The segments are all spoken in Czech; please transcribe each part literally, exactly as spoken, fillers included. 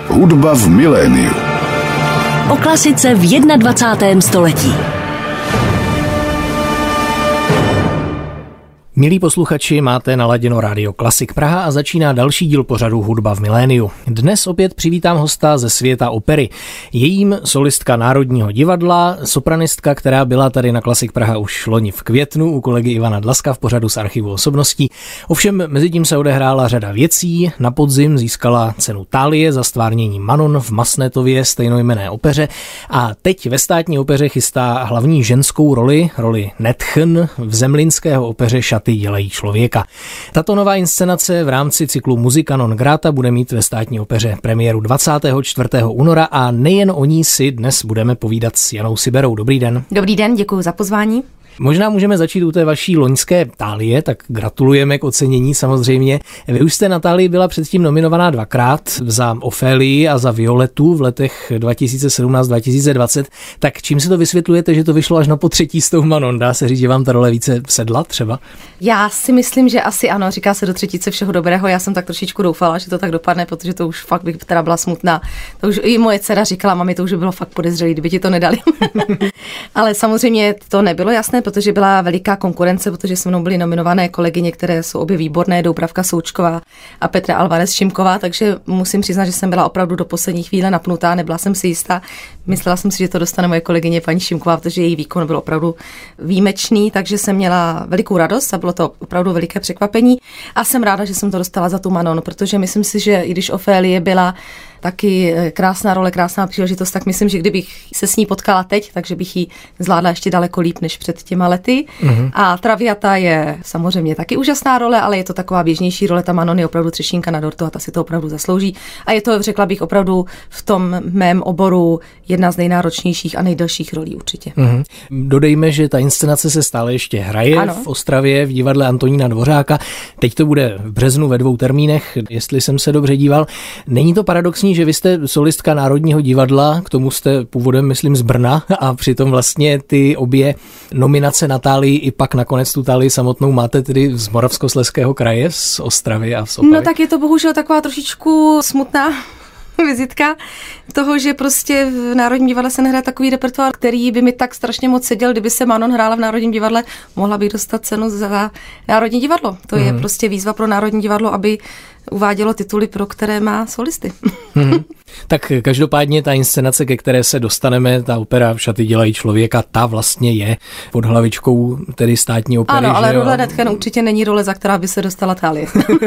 Hudba v miléniu. O klasice v dvacátém prvním století. Milí posluchači, máte naladěno Rádio Klasik Praha a začíná další díl pořadu Hudba v miléniu. Dnes opět přivítám hosta ze světa opery. Je jím solistka Národního divadla, sopranistka, která byla tady na Klasik Praha už loni v květnu u kolegy Ivana Dlaska v pořadu z archivu osobností. Ovšem mezi tím se odehrála řada věcí. Na podzim získala cenu Thálie za stvárnění Manon v Masnetově stejnojmenné opeře a teď ve státní opeře chystá hlavní ženskou roli, roli Netchn v zemlínského opeře Šaty dělají člověka. Tato nová inscenace v rámci cyklu Muzika non grata bude mít ve státní opeře premiéru dvacátého čtvrtého února a nejen o ní si dnes budeme povídat s Janou Siberou. Dobrý den. Dobrý den, děkuji za pozvání. Možná můžeme začít u té vaší loňské Thálie, tak gratulujeme k ocenění samozřejmě. Vy už jste na Thálii byla předtím nominovaná dvakrát za Ofélii a za Violetu v letech dva tisíce sedmnáct dva tisíce dvacet. Tak čím si to vysvětlujete, že to vyšlo až na potřetí s tou Manon? Dá se říct, že vám ta role více sedla třeba? Já si myslím, že asi ano, říká se do třetice všeho dobrého. Já jsem tak trošičku doufala, že to tak dopadne, protože to už fakt bych teda byla smutná. To už i moje dcera říkala, mami, to už bylo fakt podezřelý, kdyby ti to nedali. Ale samozřejmě to nebylo jasné, protože byla veliká konkurence, protože se mnou byly nominované kolegyně, které jsou obě výborné, Doubravka Součková a Petra Alvarez Šimková, takže musím přiznat, že jsem byla opravdu do poslední chvíle napnutá, nebyla jsem si jistá. Myslela jsem si, že to dostane moje kolegyně paní Šimková, protože její výkon byl opravdu výjimečný, takže jsem měla velikou radost a bylo to opravdu veliké překvapení a jsem ráda, že jsem to dostala za tu Manon, protože myslím si, že i když Ofélie byla taky krásná role, krásná příležitost, tak myslím, že kdybych se s ní potkala teď, takže bych ji zvládla ještě daleko líp než před těma lety. Mm-hmm. A Traviata je samozřejmě taky úžasná role, ale je to taková běžnější role, ta Manon je opravdu třešínka na dortu a ta si to opravdu zaslouží. A je to, řekla bych, opravdu v tom mém oboru jedna z nejnáročnějších a nejdelších rolí určitě. Mm-hmm. Dodejme, že ta inscenace se stále ještě hraje ano. v Ostravě v divadle Antonína Dvořáka. Teď to bude v březnu ve dvou termínech, jestli jsem se dobře díval. Není to paradoxní, že vy jste solistka Národního divadla, k tomu jste původem, myslím, z Brna a přitom vlastně ty obě nominace na Thálii i pak nakonec tu Thálii samotnou máte tedy z Moravskoslezského kraje, z Ostravy a z Opavy. No tak je to bohužel taková trošičku smutná vizitka toho, že prostě v Národním divadle se nehraje takový repertoár, který by mi tak strašně moc seděl, kdyby se Manon hrála v Národním divadle, mohla bych dostat cenu za Národní divadlo. To mm. je prostě výzva pro Národní divadlo, aby uvádělo tituly, pro které má solisty. Mm. Tak každopádně ta inscenace, ke které se dostaneme, ta opera Šaty dělají člověka, ta vlastně je pod hlavičkou tedy státní opery. Ano, ale role Netchn určitě není role, za která by se dostala Thálie.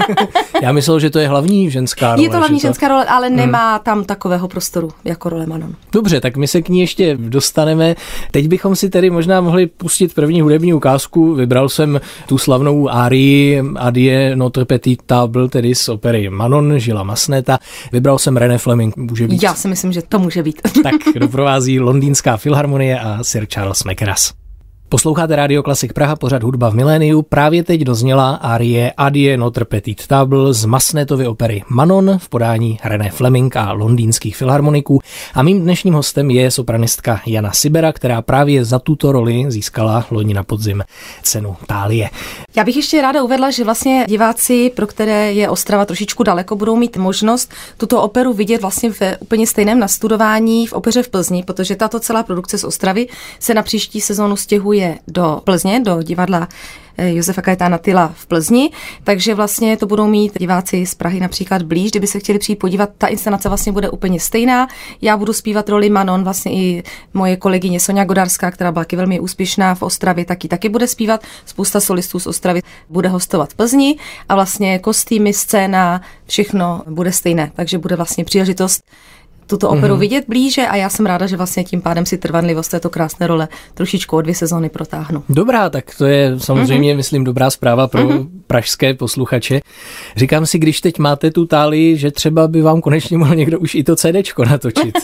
Já myslel, že to je hlavní ženská role. Je to hlavní to... ženská role, ale nemá hmm. tam takového prostoru jako role Manon. Dobře, tak my se k ní ještě dostaneme. Teď bychom si tedy možná mohli pustit první hudební ukázku. Vybral jsem tu slavnou árii Adie notre petite table, tedy z opery Manon Gillesa Masneta. Vybral jsem René Fleming. Může být. Já si myslím, že to může být. Tak doprovází Londýnská filharmonie a Sir Charles Mackerras. Posloucháte Rádio Klasik Praha, pořad Hudba v miléniu. Právě teď dozněla árie Adie notre petite table z Masnetovy opery Manon v podání René Fleming a londýnských filharmoniků. A mým dnešním hostem je sopranistka Jana Sibera, která právě za tuto roli získala loni na podzim cenu Thálie. Já bych ještě ráda uvedla, že vlastně diváci, pro které je Ostrava trošičku daleko, budou mít možnost tuto operu vidět vlastně v úplně stejném nastudování v opeře v Plzni, protože tato celá produkce z Ostravy se na příští sezónu stěhuje do Plzně, do divadla Josefa Kajetána Tyla v Plzni, takže vlastně to budou mít diváci z Prahy například blíž, kdyby se chtěli přijít podívat, ta inscenace vlastně bude úplně stejná. Já budu zpívat roli Manon, vlastně i moje kolegyně Sonja Godarská, která byla taky velmi úspěšná v Ostravě, taky taky bude zpívat. Spousta solistů z Ostravy bude hostovat v Plzni a vlastně kostýmy, scéna, všechno bude stejné, takže bude vlastně příležitost tuto operu mm-hmm. vidět blíže a já jsem ráda, že vlastně tím pádem si trvanlivost této krásné role trošičku o dvě sezóny protáhnu. Dobrá, tak to je samozřejmě, mm-hmm. myslím, dobrá zpráva pro mm-hmm. pražské posluchače. Říkám si, když teď máte tu Thálii, že třeba by vám konečně mohl někdo už i to CDčko natočit.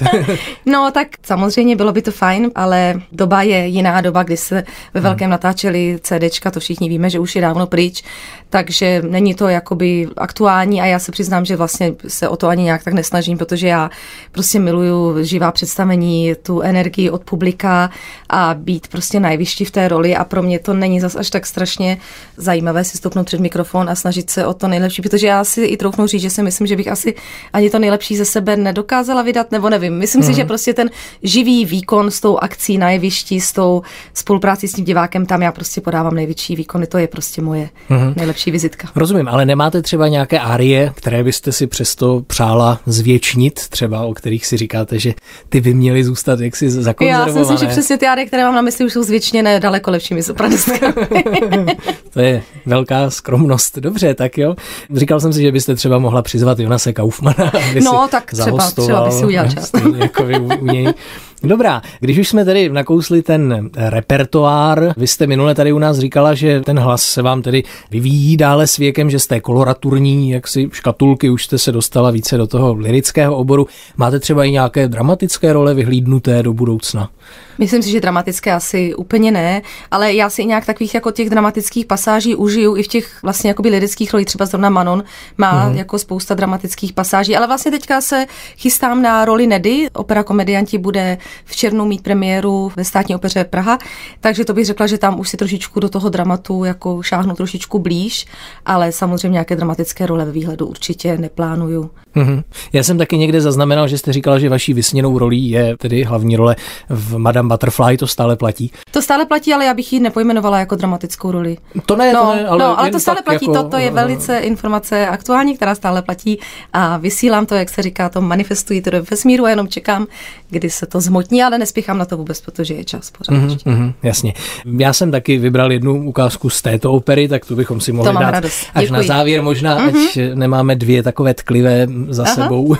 No tak samozřejmě bylo by to fajn, ale doba je jiná doba, kdy se ve velkém hmm. natáčeli CDčka, to všichni víme, že už je dávno pryč, takže není to jakoby aktuální a já se přiznám, že vlastně se o to ani nějak tak nesnažím, protože já prostě miluju živá představení, tu energii od publika a být prostě nejvyšší v té roli a pro mě to není zas až tak strašně zajímavé si stoupnout před mikrofon a snažit se o to nejlepší, protože já si i troufnu říct, že si myslím, že bych asi ani to nejlepší ze sebe nedokázala vydat, nebo nevím. Myslím mm. si, že prostě ten živý výkon s tou akcí na jevišti, s tou spolupráci s tím divákem, tam já prostě podávám největší výkony, to je prostě moje mm. nejlepší vizitka. Rozumím, ale nemáte třeba nějaké árie, které byste si přesto přála zvětšnit, třeba o kterých si říkáte, že ty by měly zůstat jaksi zakonzervované? Já si myslím, že přesně ty árie, které mám na mysli, už jsou zvětšněné daleko lepšími sopranistkami. To je velká skromnost. Dobře, tak jo. Říkal jsem si, že byste třeba mohla přizvat Jonase Kaufmana, aby no, si tak třeba, třeba by si udělal čas. Jako vy u něj. Dobrá, když už jsme tedy nakousli ten repertoár, vy jste minule tady u nás říkala, že ten hlas se vám tedy vyvíjí dále s věkem, že z té koloraturní jaksi škatulky už jste se dostala více do toho lyrického oboru. Máte třeba i nějaké dramatické role vyhlídnuté do budoucna? Myslím si, že dramatické asi úplně ne, ale já si i nějak takových jako těch dramatických pasáží užiju i v těch vlastně jakoby lyrických rolích, třeba zrovna Manon má mm. jako spousta dramatických pasáží, ale vlastně teďka se chystám na roli Nedy, opera Komedianti bude v červnu mít premiéru ve Státní opeře Praha, takže to bych řekla, že tam už si trošičku do toho dramatu jako šáhnu trošičku blíž, ale samozřejmě nějaké dramatické role ve výhledu určitě neplánuju. Mm-hmm. Já jsem taky někde zaznamenal, že jste říkala, že vaší vysněnou rolí je tedy hlavní role v Madame Butterfly, to stále platí? To stále platí, ale já bych ji nepojmenovala jako dramatickou roli. To ne, no, to ne, ale, no, ale to stále platí, jako... toto je velice informace aktuální, která stále platí a vysílám to, jak se říká, to manifestuji to do vesmíru a jenom čekám, kdy se to zhmotní, ale nespěchám na to vůbec, protože je čas pořád mm-hmm, ještě. Mm-hmm, jasně. Já jsem taky vybral jednu ukázku z této opery, tak tu bychom si mohli dát radost. až Děkuji. na závěr možná, mm-hmm. ať nemáme dvě takové tklivé za Aha. sebou.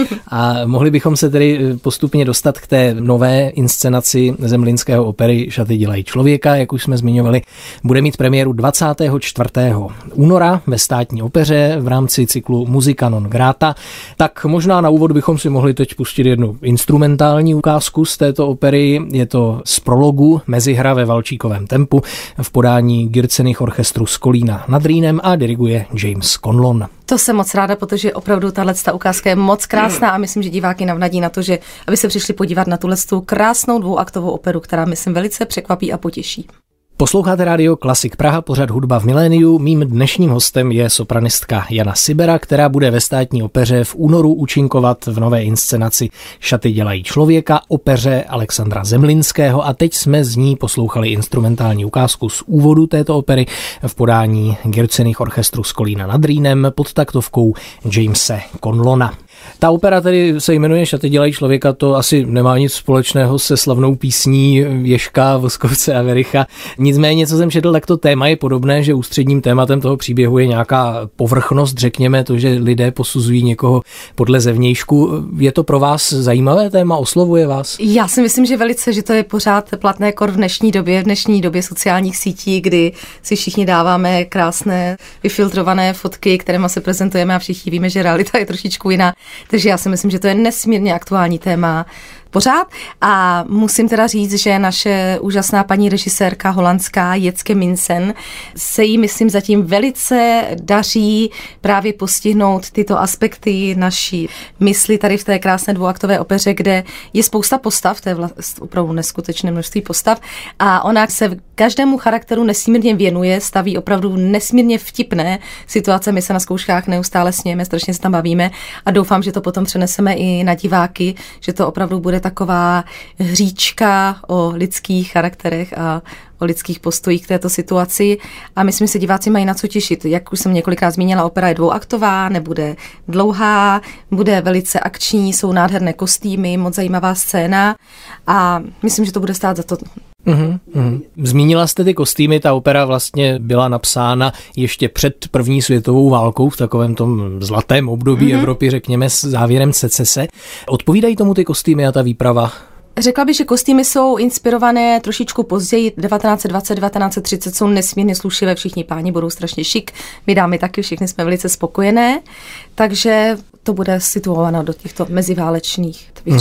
A mohli bychom se tedy postupně dostat k té nové inscenaci Zemlínského opery Šaty dělají člověka, jak už jsme zmiňovali. Bude mít premiéru dvacátého čtvrtého února ve Státní opeře v rámci cyklu Musica non grata. Tak možná na úvod bychom si mohli teď pustit jednu instrumentální ukázku z této opery. Je to z prologu Mezihra ve valčíkovém tempu v podání Gircených orchestru z Kolína nad Rýnem a diriguje James Conlon. To jsem moc ráda, protože opravdu tato ukázka je moc krásná a myslím, že diváky navnadí na to, že aby se přišli podívat na tuhle krásnou dvouaktovou operu, která myslím velice překvapí a potěší. Posloucháte rádio Klasik Praha, pořad Hudba v miléniu. Mým dnešním hostem je sopranistka Jana Sibera, která bude ve Státní opeře v únoru účinkovat v nové inscenaci Šaty dělají člověka, opeře Alexandra Zemlinského a teď jsme z ní poslouchali instrumentální ukázku z úvodu této opery v podání Gircených orchestru z Kolína nad Rýnem pod taktovkou Jamese Conlona. Ta opera tedy se jmenuje Šaty dělají člověka, to asi nemá nic společného se slavnou písní Ježka, Voskovce a Vericha. Nicméně, co jsem četl, tak to téma je podobné, že ústředním tématem toho příběhu je nějaká povrchnost, řekněme, to, že lidé posuzují někoho podle zevnějšku. Je to pro vás zajímavé téma, oslovuje vás? Já si myslím, že velice, že to je pořád platné kor v dnešní době, v dnešní době sociálních sítí, kdy si všichni dáváme krásné, vyfiltrované fotky, kterými se prezentujeme a všichni víme, že realita je trošičku jiná. Takže já si myslím, že to je nesmírně aktuální téma pořád a musím teda říct, že naše úžasná paní režisérka holandská Jetske Minsen se jí, myslím, zatím velice daří právě postihnout tyto aspekty naší mysli tady v té krásné dvouaktové opeře, kde je spousta postav, to je vlastně opravdu neskutečné množství postav a ona se každému charakteru nesmírně věnuje, staví opravdu nesmírně vtipné situace, my se na zkouškách neustále smějeme, strašně se tam bavíme a doufám, že to potom přeneseme i na diváky, že to opravdu bude taková hříčka o lidských charakterech a o lidských postojích k této situaci a myslím, že se diváci mají na co těšit. Jak už jsem několikrát zmínila, opera je dvouaktová, nebude dlouhá, bude velice akční, jsou nádherné kostýmy, moc zajímavá scéna a myslím, že to bude stát za to. Uhum, uhum. Zmínila jste ty kostýmy, ta opera vlastně byla napsána ještě před první světovou válkou v takovém tom zlatém období uhum. Evropy, řekněme s závěrem secese. Odpovídají tomu ty kostýmy a ta výprava? Řekla bych, že kostýmy jsou inspirované trošičku později, devatenáct set dvacet, devatenáct set třicet jsou nesmírně slušivé, všichni páni budou strašně šik, my dámy taky, všichni jsme velice spokojené, takže to bude situováno do těchto meziválečných, to bych řekla.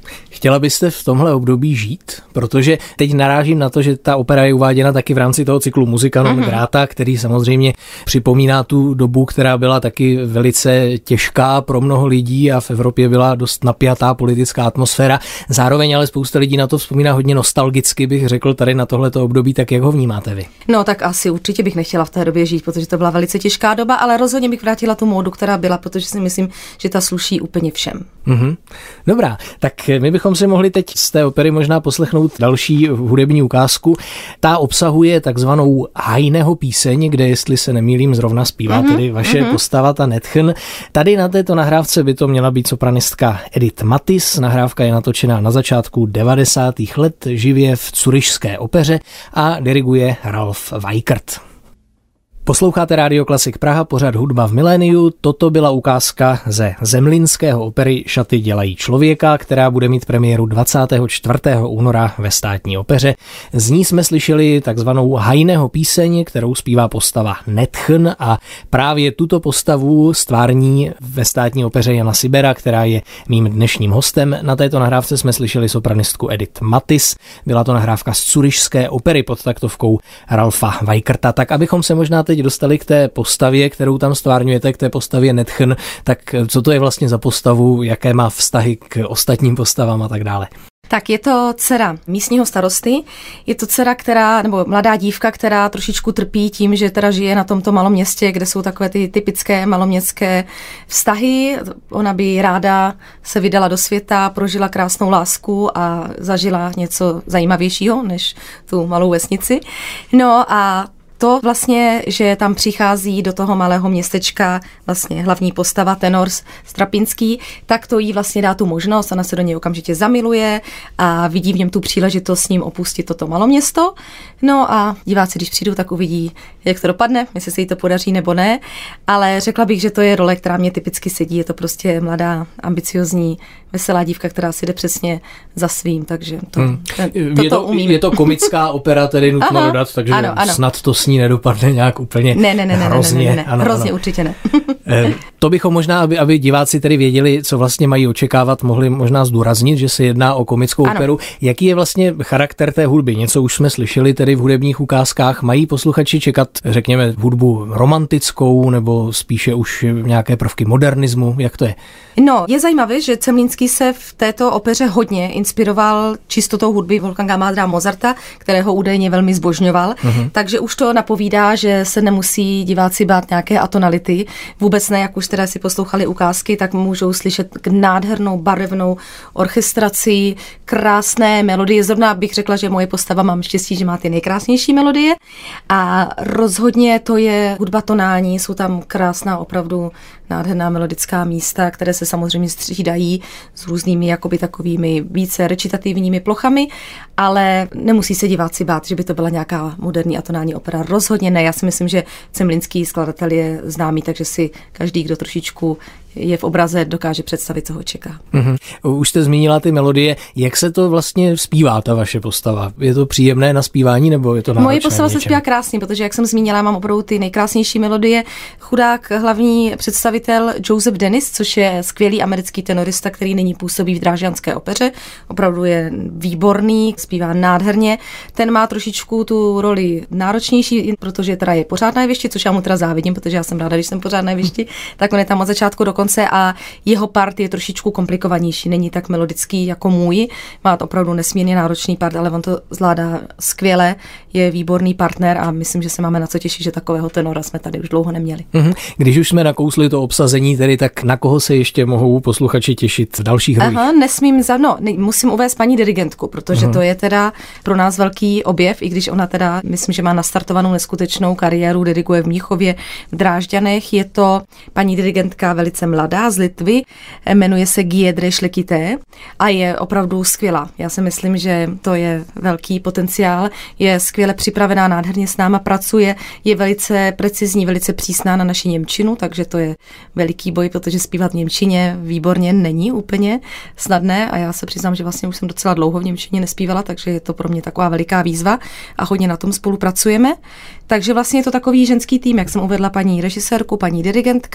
Chtěla byste v tomhle období žít? Protože teď narážím na to, že ta opera je uváděna taky v rámci toho cyklu Musica non grata, který samozřejmě připomíná tu dobu, která byla taky velice těžká pro mnoho lidí a v Evropě byla dost napjatá politická atmosféra. Zároveň ale spousta lidí na to vzpomíná hodně nostalgicky, bych řekl, tady na tohleto období, tak jak ho vnímáte vy? No tak asi určitě bych nechtěla v té době žít, protože to byla velice těžká doba, ale rozhodně bych vrátila tu módu, která byla, protože si myslím, že ta sluší úplně všem. Mm-hmm. Dobrá, tak my bychom si mohli teď z té opery možná poslechnout další hudební ukázku. Ta obsahuje takzvanou Heineho píseň, kde, jestli se nemýlím, zrovna zpívá mm-hmm. tedy vaše mm-hmm. postava, ta Netchen. Tady na této nahrávce by to měla být sopranistka Edith Matis. Nahrávka je natočená na začátku devadesátých let živě v Curyšské opeře a diriguje Ralf Weikert. Posloucháte Rádio Klasik Praha, pořad Hudba v miléniu. Toto byla ukázka ze zemlínského opery Šaty dělají člověka, která bude mít premiéru dvacátého čtvrtého února ve Státní opeře. Z ní jsme slyšeli takzvanou Heineho píseň, kterou zpívá postava Netchen a právě tuto postavu stvární ve Státní opeře Jana Sibera, která je mým dnešním hostem. Na této nahrávce jsme slyšeli sopranistku Edith Matis. Byla to nahrávka z Curyšské opery pod taktovkou Ralfa Weikerta. Tak abychom se možná teď dostali k té postavě, kterou tam stvárňujete, k té postavě Netchen, tak co to je vlastně za postavu, jaké má vztahy k ostatním postavám a tak dále? Tak je to dcera místního starosty, je to dcera, která, nebo mladá dívka, která trošičku trpí tím, že teda žije na tomto malom městě, kde jsou takové ty typické maloměstské vztahy. Ona by ráda se vydala do světa, prožila krásnou lásku a zažila něco zajímavějšího než tu malou vesnici. No a to vlastně, že tam přichází do toho malého městečka vlastně hlavní postava tenor Strapinský, tak to jí vlastně dá tu možnost, ona se do něj okamžitě zamiluje a vidí v něm tu příležitost s ním opustit toto maloměsto. No a diváci, když přijdou, tak uvidí, jak to dopadne, jestli se jí to podaří nebo ne, ale řekla bych, že to je role, která mě typicky sedí, je to prostě mladá, ambiciozní, veselá dívka, která si jde přesně za svým, takže to, hmm. ten, to, je to, to umím. Je to komická opera, tedy nutno Aha, dodat, takže ano, ano. snad to s ní nedopadne nějak úplně ne, ne, ne, hrozně. Ne, ne, ne, ne. Ano, hrozně ano. určitě ne. To bychom možná, aby, aby diváci tedy věděli, co vlastně mají očekávat, mohli možná zdůraznit, že se jedná o komickou ano. operu. Jaký je vlastně charakter té hudby? Něco už jsme slyšeli tedy v hudebních ukázkách. Mají posluchači čekat, řekněme, hudbu romantickou nebo spíše už nějaké prvky modernismu? Jak to je? No, je zajímavé, že Zemlínský se v této opeře hodně inspiroval čistotou hudby Wolfganga Amadea Mozarta, kterého údajně velmi zbožňoval, uh-huh. takže už to napovídá, že se nemusí diváci bát nějaké atonality. Vůbec ne, jak už teda si poslouchali ukázky, tak můžou slyšet nádhernou barevnou orchestraci, krásné melodie. Zrovna bych řekla, že moje postava mám štěstí, že má ty nejkrásnější melodie a rozhodně to je hudba tonální, jsou tam krásná opravdu nádherná melodická místa, které se samozřejmě střídají s různými jakoby takovými více recitativními plochami, ale nemusí se diváci bát, že by to byla nějaká moderní atonální opera. Rozhodně ne. Já si myslím, že Zemlínský skladatel je známý, takže si každý, kdo trošičku je v obraze, dokáže představit, co ho čeká. Mm-hmm. Už jste zmínila ty melodie. Jak se to vlastně zpívá, ta vaše postava? Je to příjemné na zpívání, nebo je to náročné? Moje postava se zpívá krásně, protože, jak jsem zmínila, mám opravdu ty nejkrásnější melodie. Chudák hlavní představitel Joseph Dennis, což je skvělý americký tenorista, který nyní působí v Drážďanské opeře. Opravdu je výborný, zpívá nádherně. Ten má trošičku tu roli náročnější, protože teda je pořád na jevišti, což já mu teda závidím, protože já jsem ráda, když jsem pořád na jevišti, tak on je tam od začátku do konce a jeho part je trošičku komplikovanější, není tak melodický jako můj, má to opravdu nesmírně náročný part, ale on to zvládá skvěle, je výborný partner a myslím, že se máme na co těšit, že takového tenora jsme tady už dlouho neměli. Mm-hmm. Když už jsme nakousli to obsazení, tedy tak na koho se ještě mohou posluchači těšit v dalších rolích? Aha, nesmím za, no, musím uvést paní dirigentku, protože mm-hmm. to je teda pro nás velký objev, i když ona teda, myslím, že má nastartovanou neskutečnou kariéru, diriguje v Mnichově, v Drážďanech, je to paní dirigentka velice mladá z Litvy, jmenuje se Giedre Šlekité a je opravdu skvělá. Já si myslím, že to je velký potenciál, je skvěle připravená, nádherně s náma pracuje, je velice precizní, velice přísná na naši němčinu, takže to je veliký boj, protože zpívat v němčině výborně není úplně snadné a já se přiznám, že vlastně už jsem docela dlouho v němčině nespívala, takže je to pro mě taková veliká výzva a hodně na tom spolupracujeme. Takže vlastně je to takový ženský tým, jak jsem uvedla, paní režisérku, paní dirigentka.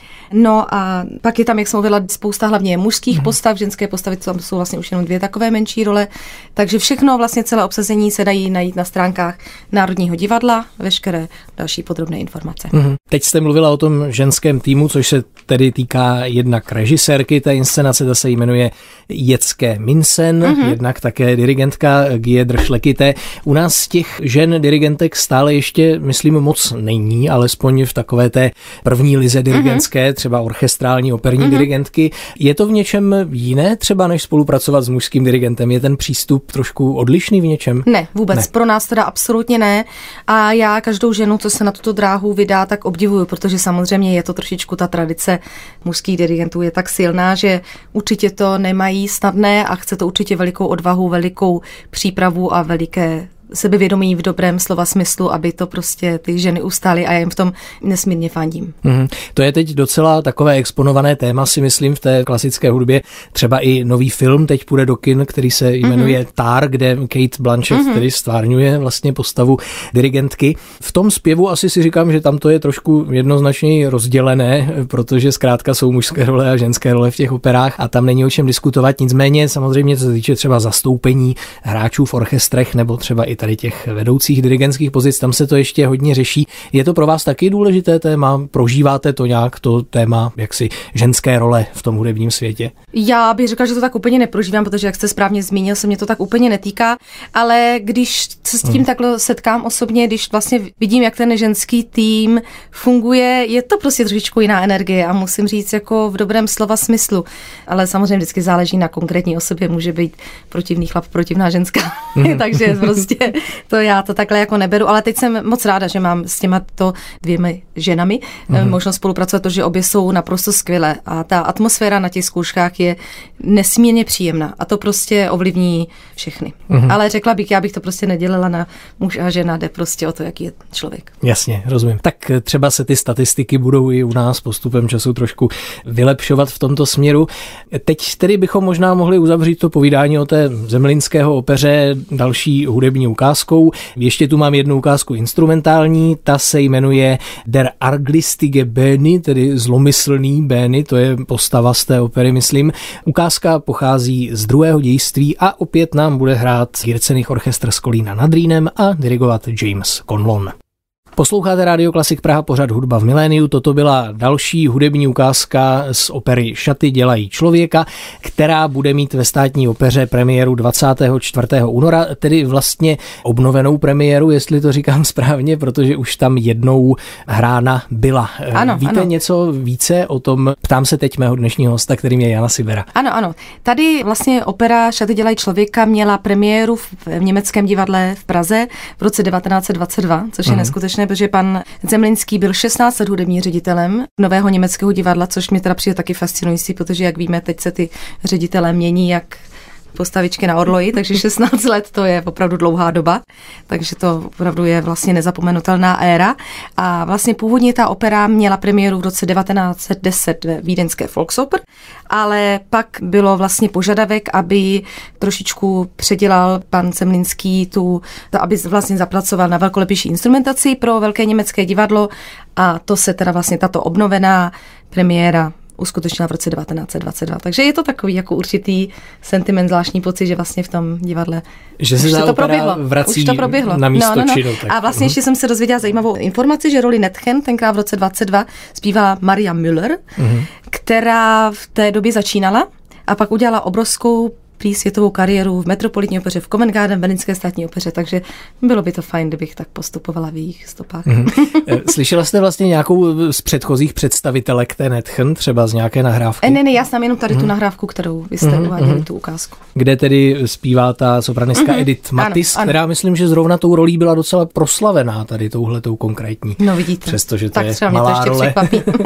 No a pak je tam, jak jsem uvedla, spousta hlavně mužských mm-hmm. postav, ženské postavy, tam jsou vlastně už jenom dvě takové menší role. Takže všechno, vlastně celé obsazení se dají najít na stránkách Národního divadla, veškeré další podrobné informace. Mm-hmm. Teď jste mluvila o tom ženském týmu, což se tedy týká jednak režisérky té inscenace, ta se jmenuje Jecke Minsen, mm-hmm. jednak také dirigentka Gie Dršlekité. U nás těch žen dirigentek stále ještě, myslím, moc není, alespoň v takové té první lize dirigentské, mm-hmm. třeba orchestrální, operní mm-hmm. dirigentky. Je to v něčem jiné třeba, než spolupracovat s mužským dirigentem? Je ten přístup trošku odlišný v něčem? Ne, vůbec. Ne. Pro nás teda absolutně ne. A já každou ženu, co se na tuto dráhu vydá, tak obdivuju, protože samozřejmě je to trošičku ta tradice mužských dirigentů je tak silná, že určitě to nemají snadné a chce to určitě velikou odvahu, velikou přípravu a veliké sebevědomí v dobrém slova smyslu, aby to prostě ty ženy ustály a já jim v tom nesmírně fandím. Mm, to je teď docela takové exponované téma, si myslím, v té klasické hudbě. Třeba i nový film teď půjde do kin, který se jmenuje mm-hmm. Tar, kde Cate Blanchett mm-hmm. tedy stvárňuje vlastně postavu dirigentky. V tom zpěvu asi si říkám, že tam to je trošku jednoznačně rozdělené, protože zkrátka jsou mužské role a ženské role v těch operách a tam není o čem diskutovat. Nicméně samozřejmě, co se týče třeba zastoupení hráčů v orchestrech nebo třeba i tady těch vedoucích dirigentských pozic, tam se to ještě hodně řeší. Je to pro vás taky důležité téma? Prožíváte to nějak, to téma jaksi ženské role v tom hudebním světě? Já bych řekla, že to tak úplně neprožívám, protože jak jste správně zmínil, se mě to tak úplně netýká, ale když se s tím hmm. takhle setkám osobně, když vlastně vidím, jak ten ženský tým funguje, je to prostě trošičku jiná energie a musím říct jako v dobrém slova smyslu, ale samozřejmě vždycky záleží na konkrétní osobě, může být protivný chlap, protivná ženská, hmm. takže prostě to já to takhle jako neberu, ale teď jsem moc ráda, že mám s těma to dvěmi ženami mm-hmm. možnost spolupracovat, protože obě jsou naprosto skvělé a ta atmosféra na těch zkouškách je nesmírně příjemná a to prostě ovlivní všechny. Mm-hmm. Ale řekla bych, já bych to prostě nedělila na muž a žena, jde prostě o to, jaký je člověk. Jasně, rozumím. Tak třeba se ty statistiky budou i u nás postupem času trošku vylepšovat v tomto směru. Teď tedy bychom možná mohli uzavřít to povídání o té zemlínského opeře další hudební ukázkou. Ještě tu mám jednu ukázku instrumentální, ta se jmenuje Der Arglistige Bäni, tedy zlomyslný Bäni, to je postava z té opery, myslím. Ukázka pochází z druhého dějství a opět nám bude hrát Jircených orchestr z Kolína nad Rýnem a dirigovat James Conlon. Posloucháte Rádio Klasik Praha, pořad Hudba v miléniu. Toto byla další hudební ukázka z opery Šaty dělají člověka, která bude mít ve Státní opeře premiéru dvacátého čtvrtého února, tedy vlastně obnovenou premiéru, jestli to říkám správně, protože už tam jednou hrána byla. Ano, Víte ano. něco více o tom? Ptám se teď mého dnešního hosta, kterým je Jana Sibera. Ano, ano. Tady vlastně opera Šaty dělají člověka měla premiéru v, v německém divadle v Praze v roce devatenáct set dvacet dva, což je mm. neskutečné, protože pan Zemlínský byl šestnáct let hudebním ředitelem nového německého divadla, což mě teda přijde taky fascinující, protože jak víme, teď se ty ředitelé mění jak postavičky na orloji, takže šestnáct let to je opravdu dlouhá doba, takže to opravdu je vlastně nezapomenutelná éra. A vlastně původně ta opera měla premiéru v roce devatenáct set deset ve vídeňské Volksoper, ale pak bylo vlastně požadavek, aby trošičku předělal pan Zemlínský tu, aby vlastně zapracoval na velkolepější instrumentaci pro velké německé divadlo a to se teda vlastně tato obnovená premiéra uskutečnila v roce devatenáct set dvacet dva. Takže je to takový jako určitý sentiment, zvláštní pocit, že vlastně v tom divadle že se to proběhlo. Vrací už to proběhlo. Na místo no, no, no. činu. Tak. A vlastně uh-huh. ještě jsem se dozvěděla zajímavou informaci, že roli Netchen tenkrát v roce dvacet dva zpívá Maria Müller, uh-huh. která v té době začínala a pak udělala obrovskou prý světovou kariéru v Metropolitní opeře, v Covent Garden, v Berlínské státní opeře, takže bylo by to fajn, kdybych tak postupovala v jejich stopách. Mm-hmm. Slyšela jste vlastně nějakou z předchozích představitelek té Netchen, třeba z nějaké nahrávky? E, ne, ne, já jsem jenom tady mm-hmm. tu nahrávku, kterou vy jste mm-hmm. uváděli, tu ukázku. Kde tedy zpívá ta sopranistka mm-hmm. Edith Matis, ano, která ano. myslím, že zrovna tou rolí byla docela proslavená tady touhletou konkrétní. No vidíte. Přestože to tak je malá to role.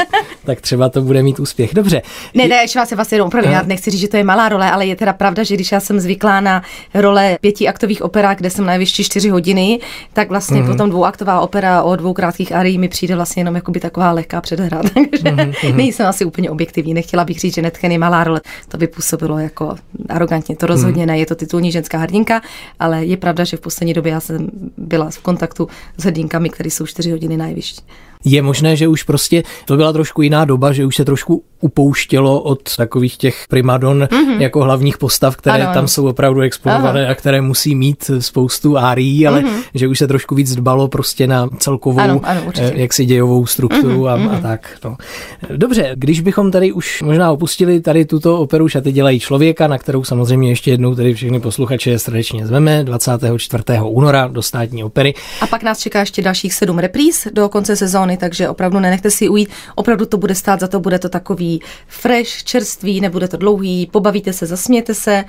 Tak třeba to bude mít úspěch. Dobře. Ne, ne, ještě vás je vlastně jenom opravdu, já nechci říct, že to je malá role, ale je teda pravda, že když já jsem zvyklá na role pětiaktových operách, kde jsem najvyšší čtyři hodiny, tak vlastně mm-hmm. potom dvouaktová opera o dvou krátkých arií mi přijde vlastně jenom jakoby taková lehká předhra. Takže mm-hmm. nejsem asi úplně objektivní. Nechtěla bych říct, že Netchen je malá role. To by působilo jako arrogantně. To rozhodně mm-hmm. ne. Je to titulní ženská hrdinka, ale je pravda, že v poslední době já jsem byla v kontaktu s hrdinkami, které jsou čtyři hodiny najvyšší. Je možné, že už prostě to byla trošku jiná doba, že už se trošku upouštělo od takových těch primadon mm-hmm. jako hlavních postav, které ano, tam jsou opravdu exponované Aha. a které musí mít spoustu árií, ale mm-hmm. že už se trošku víc dbalo prostě na celkovou ano, ano, jaksi dějovou strukturu mm-hmm. a, a tak. No. Dobře, když bychom tady už možná opustili tady tuto operu Šaty dělají člověka, na kterou samozřejmě ještě jednou tady všechny posluchače srdečně zveme dvacátého čtvrtého února do Státní opery. A pak nás čeká ještě dalších sedm repríz do konce sezóny, takže opravdu nenechte si ujít. Opravdu to bude stát za to, bude to takový fresh, čerstvý, nebude to dlouhý, pobavíte se, zasmějete se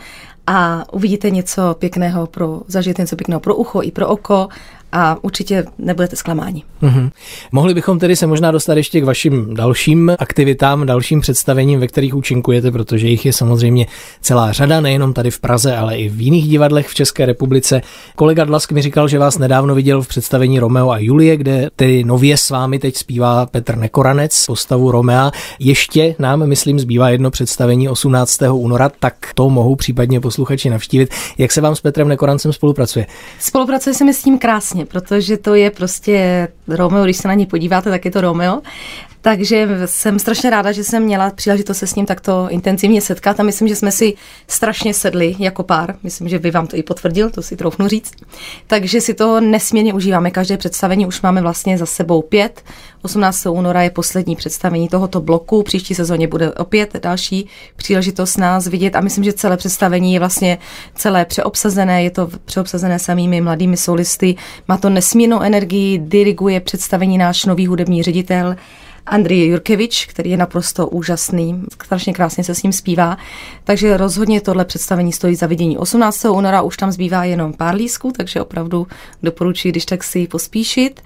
a uvidíte něco pěkného pro, zažijete něco pěkného pro ucho i pro oko a určitě nebudete zklamáni. Mm-hmm. Mohli bychom tedy se možná dostat ještě k vašim dalším aktivitám, dalším představením, ve kterých účinkujete, protože jich je samozřejmě celá řada, nejenom tady v Praze, ale i v jiných divadlech v České republice. Kolega Dlask mi říkal, že vás nedávno viděl v představení Romeo a Julie, kde tedy nově s vámi teď zpívá Petr Nekoranec postavu Romea. Ještě nám, myslím, zbývá jedno představení osmnáctého února, tak to mohou případně posluchači navštívit. Jak se vám s Petrem Nekorancem spolupracuje? Spolupracuje se mi s tím krásně, protože to je prostě Romeo, když se na něj podíváte, tak je to Romeo. Takže jsem strašně ráda, že jsem měla příležitost se s ním takto intenzivně setkat a myslím, že jsme si strašně sedli jako pár. Myslím, že vy vám to i potvrdil, to si troufnu říct. Takže si to nesmírně užíváme. Každé představení už máme vlastně za sebou pět. osmnáctého února je poslední představení tohoto bloku. Příští sezóně bude opět další příležitost nás vidět a myslím, že celé představení je vlastně celé přeobsazené. Je to přeobsazené samými mladými solisty. Má to nesmírnou energii, diriguje představení náš nový hudební ředitel Andrej Jurkevič, který je naprosto úžasný, strašně krásně se s ním zpívá, takže rozhodně tohle představení stojí za vidění. osmnáctého února už tam zbývá jenom pár lístků, takže opravdu doporučuji, když tak si pospíšit.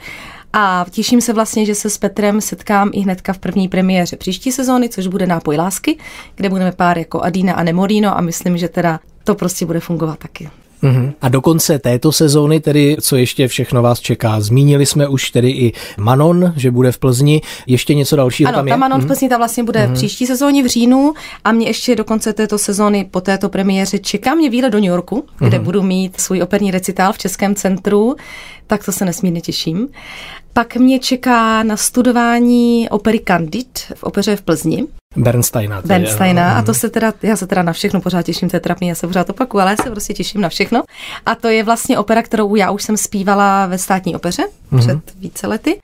A těším se vlastně, že se s Petrem setkám i hnedka v první premiéře příští sezóny, což bude Nápoj lásky, kde budeme pár jako Adina a Nemorino a myslím, že teda to prostě bude fungovat taky. Uhum. A do konce této sezóny tedy, co ještě všechno vás čeká? Zmínili jsme už tedy i Manon, že bude v Plzni. Ještě něco dalšího ano, tam je? Ano, ta Manon v Plzni ta vlastně bude uhum. v příští sezóně v říjnu a mě ještě do konce této sezóny po této premiéře čeká mě výlet do New Yorku, kde uhum. budu mít svůj operní recitál v Českém centru, tak to se nesmírně těším. Pak mě čeká na studování opery Candide v opeře v Plzni. Bernsteina. Bernsteina a to se teda, já se teda na všechno pořád těším, to je trapný, já se pořád opakuju, ale já se prostě těším na všechno. A to je vlastně opera, kterou já už jsem zpívala ve Státní opeře mm-hmm. před více lety.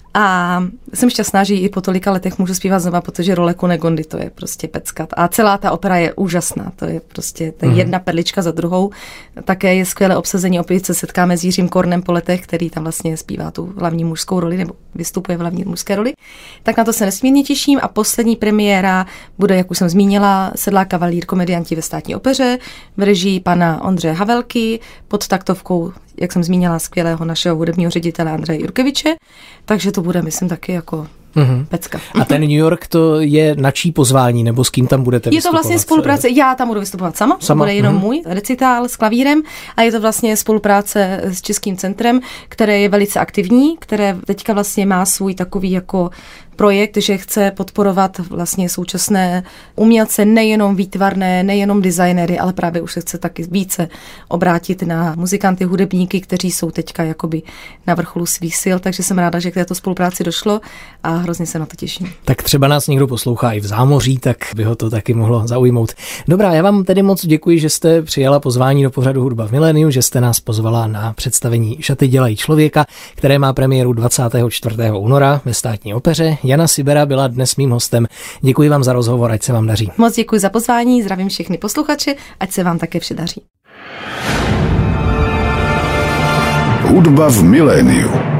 A jsem šťastná, že i po tolika letech můžu zpívat znova, protože role Kunegondy to je prostě peckat. A celá ta opera je úžasná, to je prostě to je mm. jedna perlička za druhou. Také je skvělé obsazení, opět se setkáme s Jiřím Kornem po letech, který tam vlastně zpívá tu hlavní mužskou roli, nebo vystupuje v hlavní mužské roli. Tak na to se nesmírně těším a poslední premiéra bude, jak už jsem zmínila, Sedlák kavalír komedianti ve Státní opeře v režii pana Ondřeje Havelky pod taktovkou, jak jsem zmínila, skvělého našeho hudebního ředitele Andreje Jurkeviče, takže to bude, myslím, taky jako mm-hmm. pecka. A ten New York, to je na čí pozvání, nebo s kým tam budete vystupovat? Je to vlastně spolupráce, já tam budu vystupovat sama, sama? To bude jenom mm-hmm. můj recitál s klavírem a je to vlastně spolupráce s Českým centrem, které je velice aktivní, které teďka vlastně má svůj takový jako projekt, že chce podporovat vlastně současné umělce, nejenom výtvarné, nejenom designery, ale právě už se chce taky více obrátit na muzikanty, hudebníky, kteří jsou teďka jakoby na vrcholu svých sil, takže jsem ráda, že k této spolupráci došlo a hrozně se na to těším. Tak třeba nás někdo poslouchá i v zámoří, tak by ho to taky mohlo zaujmout. Dobrá, já vám tedy moc děkuji, že jste přijala pozvání do pořadu Hudba v miléniu, že jste nás pozvala na představení Šaty dělají člověka, které má premiéru dvacátého čtvrtého února ve Státní opeře. Jana Sibera byla dnes mým hostem. Děkuji vám za rozhovor, ať se vám daří. Moc děkuji za pozvání, zdravím všechny posluchače, ať se vám také vše daří. Hudba v miléniu.